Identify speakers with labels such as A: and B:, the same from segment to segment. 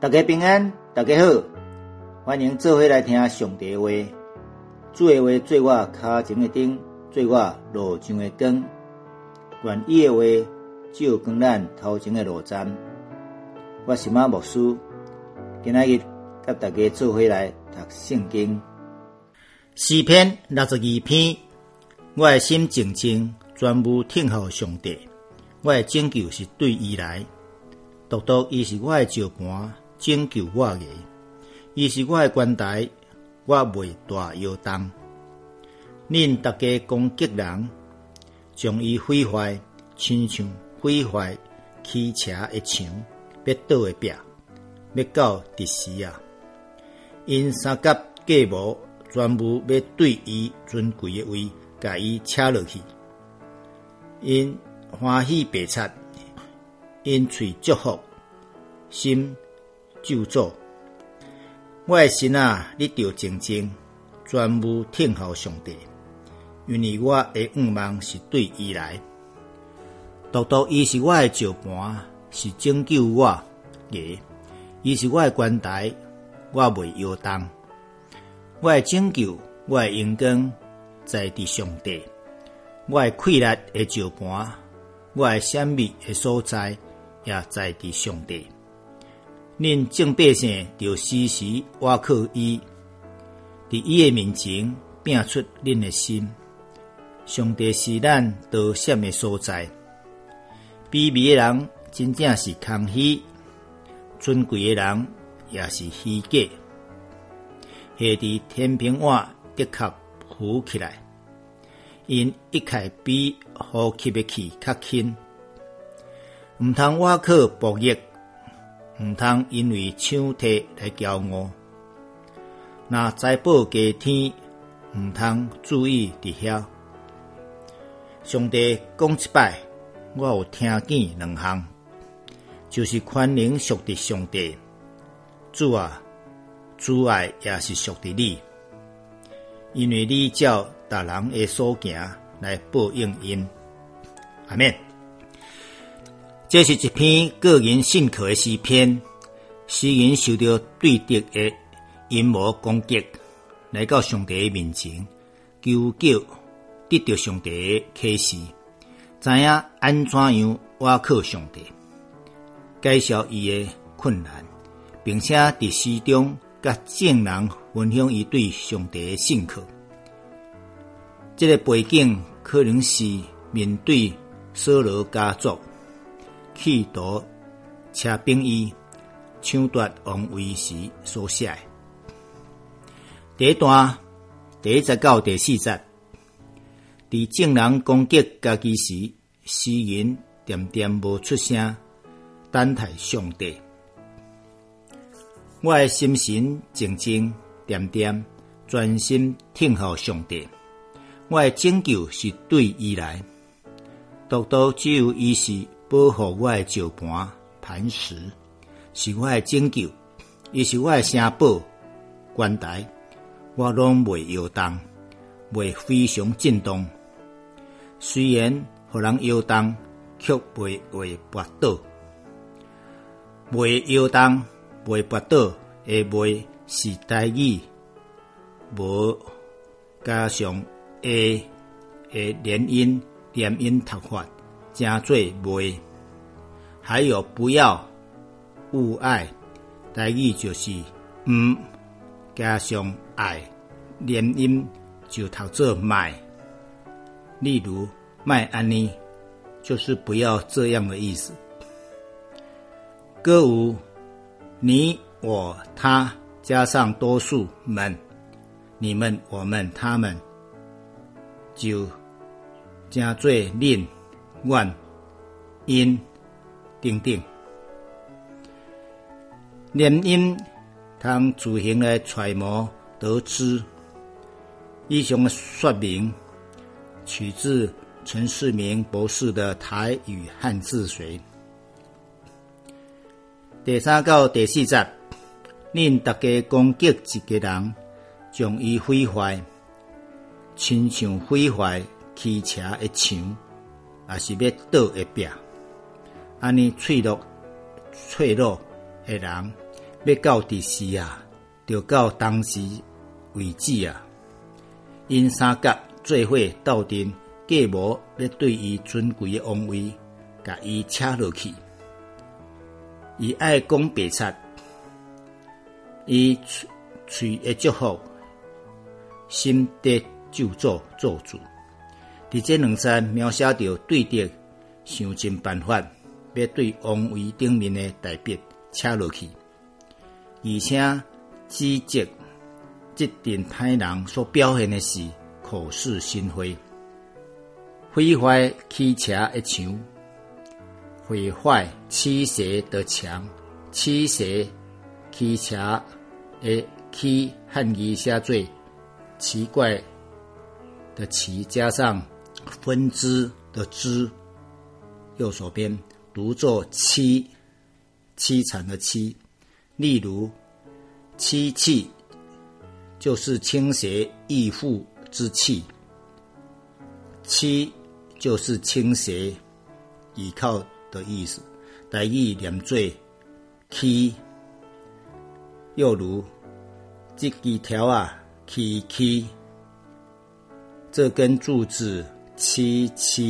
A: 大家平安，大家好，欢迎做伙来听上帝的话。主的话做我脚前的灯，做我路上的光。愿伊的话照光咱头前的路站。我是马牧师，今仔日甲大家做伙来读圣经。诗篇62篇，我的心静静，全部听候上帝。我的拯救是对伊来，独独伊是我的石盘，拯救我的。伊是我的关台，我袂大摇动。恁大家攻击人，将伊毁坏，亲像毁坏汽车的墙，要倒的壁，要到第时啊！因三甲假模，全部要对伊尊贵的位，甲伊扯落去。因欢喜白贼，因喙祝福，心咒诅。我的心啊，你着静静，全部听候上帝，因为我的愿望是对伊来。独独伊是我的石盘，是拯救我的。伊是我的关台，我袂摇动。我的拯救，我的荣光，在伫上帝。我的溃烂的石盘，我的闪密的所在，也在伫上帝。恁众百姓着时时倚靠伊，伫伊的面前拼出恁的心。上帝是咱得闪的所在。卑微的人真正是空虚，尊贵的人也是虚假。下伫天平碗的确浮起来，因一概比呼吸的气较轻。毋通倚靠薄翼，毋通因为抢摕来骄傲。若财宝加天，毋通注意伫遐。上帝讲一摆，我有听见两项，就是权能属伫上帝。主啊，主爱也是属伫你，因为你照逐人的所行来报应因。阿们。这是一篇个人信靠的诗篇，诗人受到对敌的阴谋攻击，来到上帝的面前，求救得到上帝的启示，知影安怎样倚靠上帝，解消伊的困难，并且伫诗中甲众人分享伊对上帝的信靠。这个背景可能是面对扫罗家族企图车兵伊抢夺王位时所写的。第一段第1节到第4节，伫众人攻击家己时，诗人点点无出声，等待上帝。我的心神静静，点点专心听候上帝。我的拯救是对伊来，独独只有伊是保护我的石盘磐石，是我的拯救，伊是我的城堡关台，我拢袂摇动，袂非常震动。虽然互人摇动，却袂会跋倒。袂摇动、袂跋倒的袂是台语，无加上连音读法，正做袂。还有不要误爱，台语就是加上爱，连音就读做卖。例如卖安尼，就是不要这样的意思。歌有你、我、他，加上多数们，你们、我们、他们，就正做恁、阮、因等等。连音通自行来揣摩得知。以上的说明取自陈世明博士的台语汉字学。第3到第4节，恁大家攻击一个人，将伊毁坏，亲像毁坏汽车的墙，也是要倒的壁。安尼脆弱的人， 要到第时啊，就到当时为止啊。因三甲做伙斗阵，计谋要对伊尊贵的王位，甲伊扯落去。伊爱讲白贼，伊喙会祝福，心得咒诅。伫这两山描写着对敌想尽办法，要对王位顶面的大笔扯落去，而且指责这阵歹人所表现的是口是心非，毁坏汽车的墙，毁坏驱邪的墙，驱邪汽车的驱汉语写做奇怪的奇，加上分支的支，右手边读作凄惨的凄。例如凄气就是倾斜义父之气，凄就是倾斜倚靠的意思，台语念做起。又如这几条啊起，这根柱子七。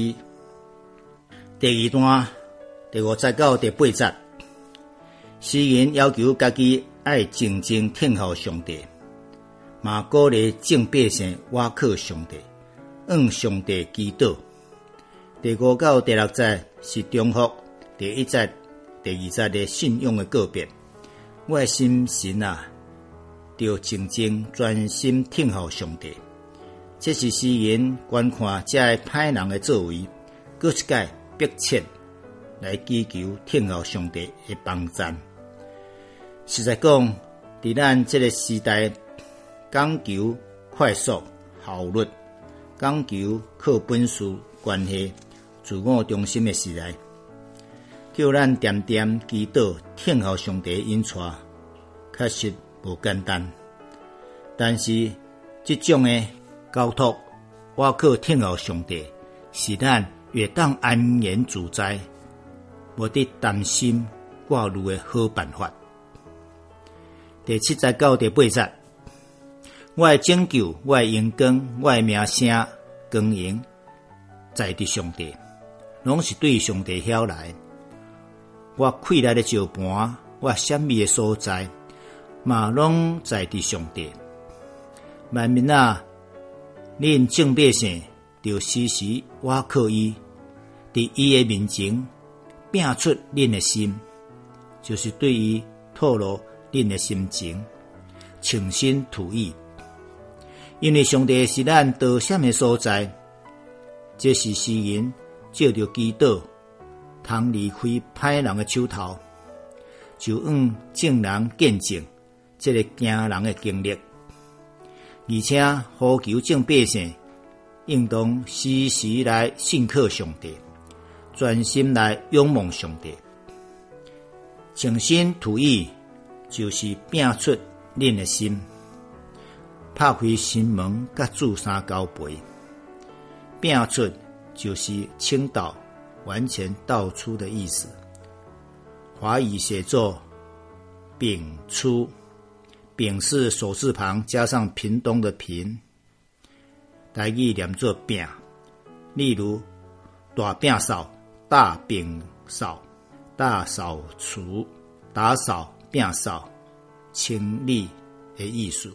A: 第二段第5节到第8节，诗人要求家己爱静静听候上帝，嘛鼓励众百姓倚靠上帝，向上帝祈祷。第5到第6节是重复第1节、第2节的信用的告别。我的心神啊，就静静专心听候上帝。这是诗人观看这个歹人的作为，搁一摆迫切来祈求听候上帝的帮赞。实在讲，伫咱这个时代，讲求快速、效率，讲求靠本事、关系、自我中心的时代，叫咱点点祈祷听候上帝的引带，确实无简单。但是这种的交托，倚靠听候上帝，是咱越当安然自在，无得担心挂虑的好办法。第7节到第8节，我的拯救，我的荣光，我的名声光荣，在伫上帝，拢是对上帝晓来。我溃来的石盘，我闪秘的所在，嘛拢在伫上帝。万民啊，恁众百姓就时时倚靠伊，伫伊的面前拼出恁的心，就是对伊透露恁的心情，倾心吐意。因为上帝是咱得闪的所在，这是诗人借着祈祷，通离开歹人的手头，就向正人见证这个惊人的经历，而且呼求众百姓应当时时来信靠上帝，专心来仰望上帝。倾心吐意就是拼出恁的心，拍开心门甲注三交杯。拼出就是倾倒，完全倒出的意思。华语写作丙出，丙是手字旁加上屏东的屏，台语念作饼。例如大饼扫、大饼扫、大扫除、打扫、饼扫、清理的意思。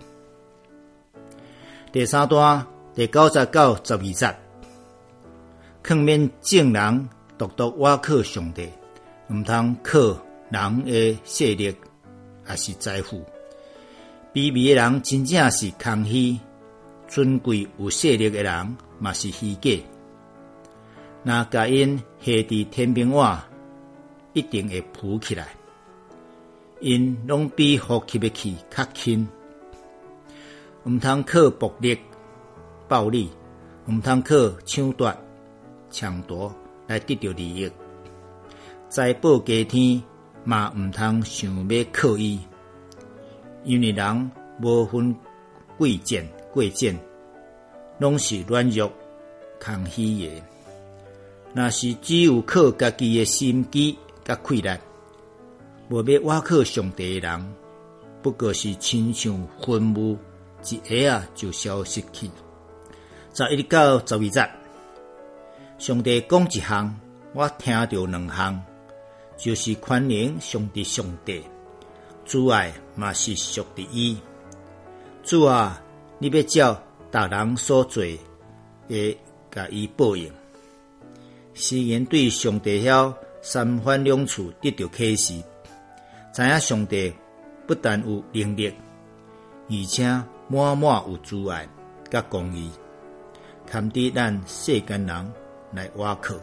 A: 第3段第9节到12节，劝勉正人独独倚靠上帝，唔通靠人的势力也是财富。卑微的人真正是空虚，尊贵有势力的人嘛是虚假。若甲因下伫天平碗，一定会浮起来。因拢比呼吸的气较轻。唔通靠暴力、暴力，唔通靠抢夺、抢夺来得到利益。财宝家天嘛唔通想要靠伊，因为人无分贵贱，拢是软弱、空虚的。若是只有靠家己的心机甲气力， 无要倚靠上帝的人，不过是亲像烟雾，一下啊就消失去。11到12节，上帝讲一项，我听到两项，就是宽容上帝上帝，主爱嘛是属于伊。主啊，你要照逐人所做的，甲伊报应。诗人对上帝晓三番两次得到启示，知影上帝不但有能力，而且满满有慈爱甲公义，堪比咱世间人来倚靠。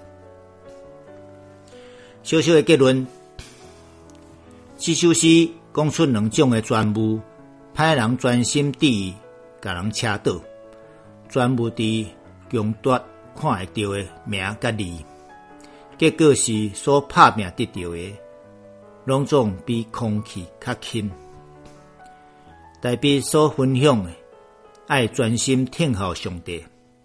A: 小小的结论，这首诗讲出两种的专务，歹人专心伫意，甲人车倒，专务伫强夺看会到的名甲利，结果是所拍拼得到的，拢总比空气较轻。大笔所分享的，爱专心听候上帝，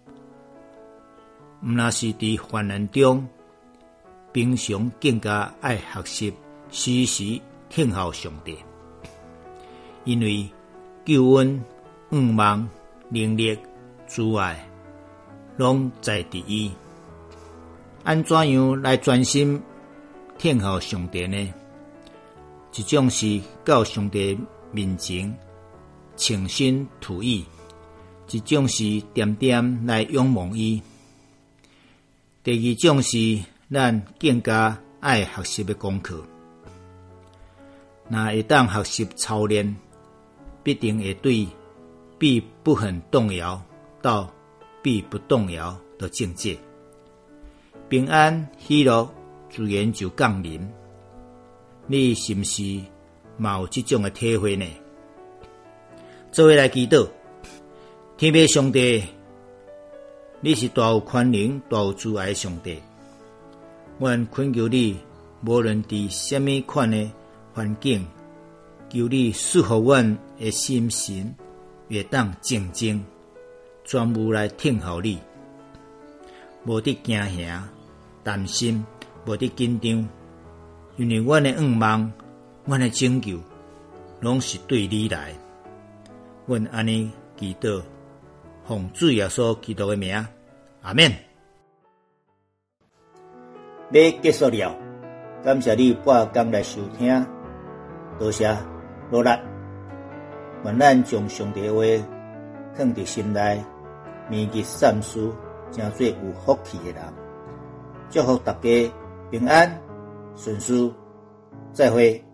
A: 毋若是伫患难中，平常更加爱学习，时时听候上帝，因为救恩、愿望、能力、慈爱，拢在伫伊。安怎样来专心听候上帝呢？一种是到上帝面前倾心吐意，一种是点点来仰望伊。第二种是咱更加爱学习的功课。若会当学习操练，必定会对必不很动摇到必不动摇的境界。平安喜乐自然就降临。你是毋是嘛有这种的体会呢？做伙来祈祷，天父上帝，你是大有宽容、大有慈爱的上帝。愿恳求你，无论伫什么款的环境，求你赐予阮的心神，会当静静专务来听候你，无得惊吓、担心，无得紧张，因为阮的愿望、阮的拯救，拢是对你来。阮安尼祈祷，奉主耶稣基督的名，阿免。要结束了，感谢你半工来收听，多谢努力。愿咱将上帝的话放伫心内，铭记善事，成做有福气的人。祝福大家平安顺遂，再会。